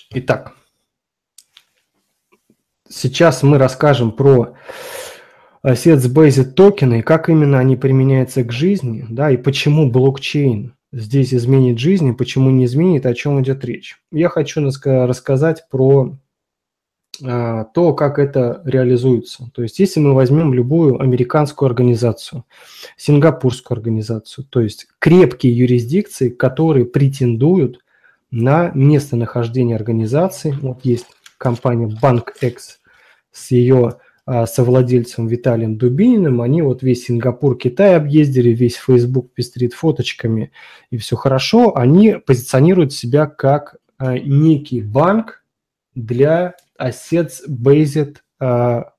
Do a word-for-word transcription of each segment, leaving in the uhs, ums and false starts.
Итак, сейчас мы расскажем про Assets-Based токены, как именно они применяются к жизни, да, и почему блокчейн здесь изменит жизнь, почему не изменит, о чем идет речь. Я хочу рассказать про а, то, как это реализуется. То есть, если мы возьмем любую американскую организацию, сингапурскую организацию, то есть крепкие юрисдикции, которые претендуют на местонахождение организации. Вот есть компания BankX с ее а, совладельцем Виталием Дубининым. Они вот весь Сингапур, Китай объездили, весь Facebook пестрит фоточками, и все хорошо. Они позиционируют себя как а, некий банк для assets-based, а,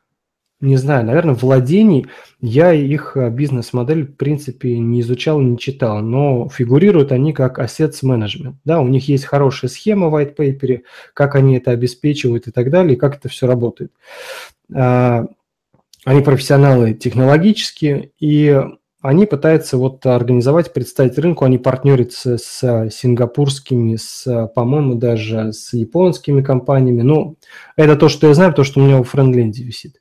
не знаю, наверное, владений. Я их бизнес-модель, в принципе, не изучал, не читал, но фигурируют они как assets management. Да, у них есть хорошая схема в white paper, как они это обеспечивают и так далее, и как это все работает. Они профессионалы технологические, и они пытаются вот организовать, представить рынку, они партнерятся с сингапурскими, с, по-моему, даже с японскими компаниями. Ну, это то, что я знаю, потому что у меня в френдленде висит.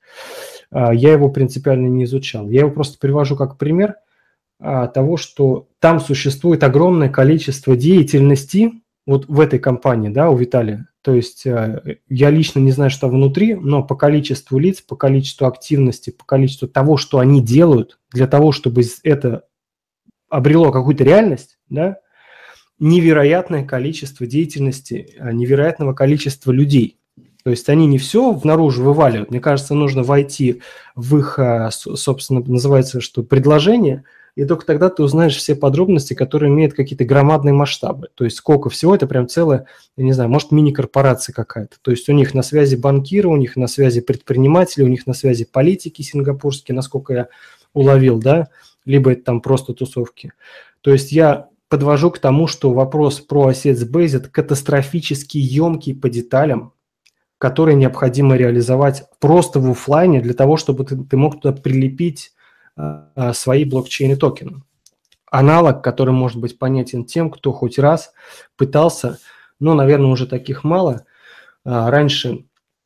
Я его принципиально не изучал. Я его просто привожу как пример того, что там существует огромное количество деятельности вот в этой компании, да, у Виталия. То есть я лично не знаю, что внутри, но по количеству лиц, по количеству активности, по количеству того, что они делают для того, чтобы это обрело какую-то реальность, да, невероятное количество деятельности, невероятного количества людей. То есть они не все наружу вываливают. Мне кажется, нужно войти в их, собственно, называется, что предложение, и только тогда ты узнаешь все подробности, которые имеют какие-то громадные масштабы. То есть сколько всего, это прям целая, я не знаю, может, мини-корпорация какая-то. То есть у них на связи банкиры, у них на связи предприниматели, у них на связи политики сингапурские, насколько я уловил, да, либо это там просто тусовки. То есть я подвожу к тому, что вопрос про assets-based катастрофически емкий по деталям, которые необходимо реализовать просто в офлайне для того, чтобы ты, ты мог туда прилепить а, свои блокчейны токены. Аналог, который может быть понятен тем, кто хоть раз пытался, ну, наверное, уже таких мало. А, раньше,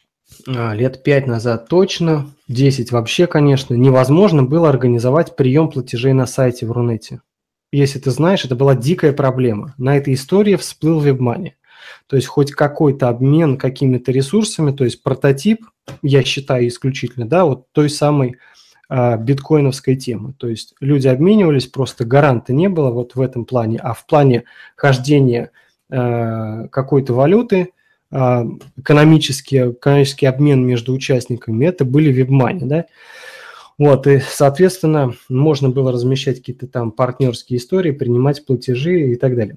а, лет пять назад точно, десять вообще, конечно, невозможно было организовать прием платежей на сайте в Рунете. Если ты знаешь, это была дикая проблема. На этой истории всплыл WebMoney. То есть хоть какой-то обмен какими-то ресурсами, то есть прототип, я считаю исключительно, да, вот той самой а, биткоиновской темы. То есть люди обменивались, просто гаранта не было вот в этом плане, а в плане хождения а, какой-то валюты, а, экономический, экономический обмен между участниками, это были WebMoney, да. Вот, и, соответственно, можно было размещать какие-то там партнерские истории, принимать платежи и так далее.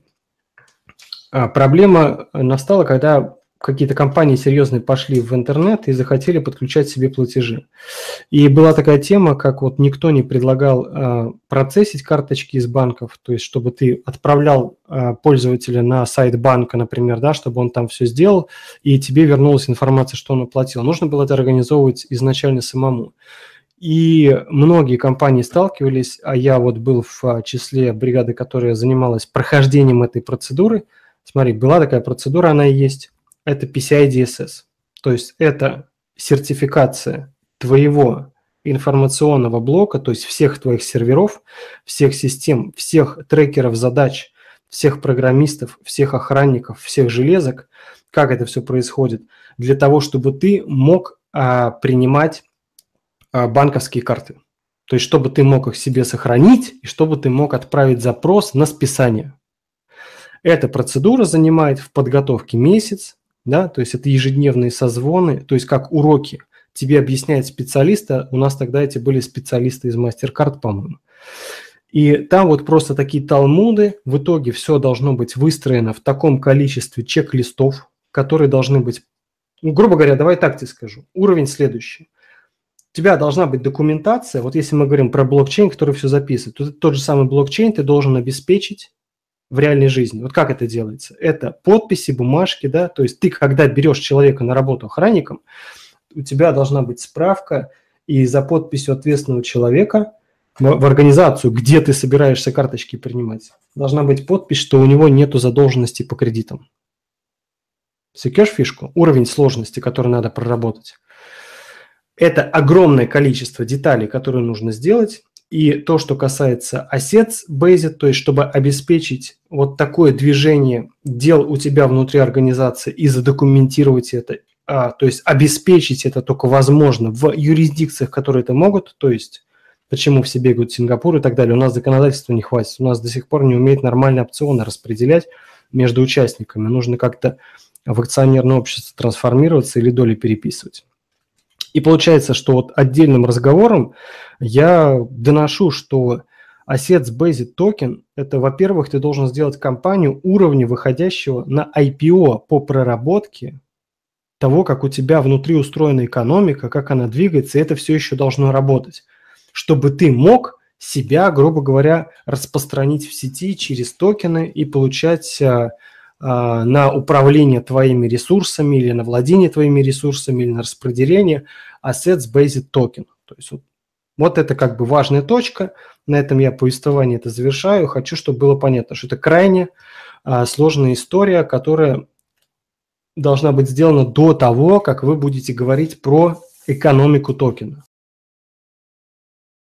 Проблема настала, когда какие-то компании серьезные пошли в интернет и захотели подключать себе платежи. И была такая тема, как вот никто не предлагал а, процессить карточки из банков, то есть чтобы ты отправлял а, пользователя на сайт банка, например, да, чтобы он там все сделал, и тебе вернулась информация, что он оплатил. Нужно было это организовывать изначально самому. И многие компании сталкивались, а я вот был в числе бригады, которая занималась прохождением этой процедуры. Смотри, была такая процедура, она и есть. Это пи си ай ди эс эс. То есть это сертификация твоего информационного блока, то есть всех твоих серверов, всех систем, всех трекеров задач, всех программистов, всех охранников, всех железок. Как это все происходит? Для того, чтобы ты мог а, принимать а, банковские карты. То есть чтобы ты мог их себе сохранить и чтобы ты мог отправить запрос на списание. Эта процедура занимает в подготовке месяц, да, то есть это ежедневные созвоны, то есть как уроки. Тебе объясняет специалиста, у нас тогда эти были специалисты из MasterCard, по-моему. И там вот просто такие талмуды, в итоге все должно быть выстроено в таком количестве чек-листов, которые должны быть, ну, грубо говоря, давай так тебе скажу, уровень следующий. У тебя должна быть документация, вот если мы говорим про блокчейн, который все записывает, то тот же самый блокчейн ты должен обеспечить в реальной жизни. Вот как это делается? Это подписи, бумажки, да, то есть ты, когда берешь человека на работу охранником, у тебя должна быть справка, и за подписью ответственного человека в, в организацию, где ты собираешься карточки принимать, должна быть подпись, что у него нету задолженности по кредитам. Секешь фишку? Уровень сложности, который надо проработать. Это огромное количество деталей, которые нужно сделать. И то, что касается Assets-Based, то есть чтобы обеспечить вот такое движение дел у тебя внутри организации и задокументировать это, а, то есть обеспечить это только возможно в юрисдикциях, которые это могут, то есть почему все бегают в Сингапур и так далее. У нас законодательства не хватит, у нас до сих пор не умеет нормально опционы распределять между участниками. Нужно как-то в акционерное общество трансформироваться или доли переписывать. И получается, что вот отдельным разговором я доношу, что Assets-Based Token – это, во-первых, ты должен сделать компанию уровня, выходящего на ай пи о по проработке того, как у тебя внутри устроена экономика, как она двигается, и это все еще должно работать, чтобы ты мог себя, грубо говоря, распространить в сети через токены и получать на управление твоими ресурсами или на владение твоими ресурсами или на распределение Assets-Based Token. То есть вот, вот это как бы важная точка. На этом я повествование это завершаю. Хочу, чтобы было понятно, что это крайне а, сложная история, которая должна быть сделана до того, как вы будете говорить про экономику токена.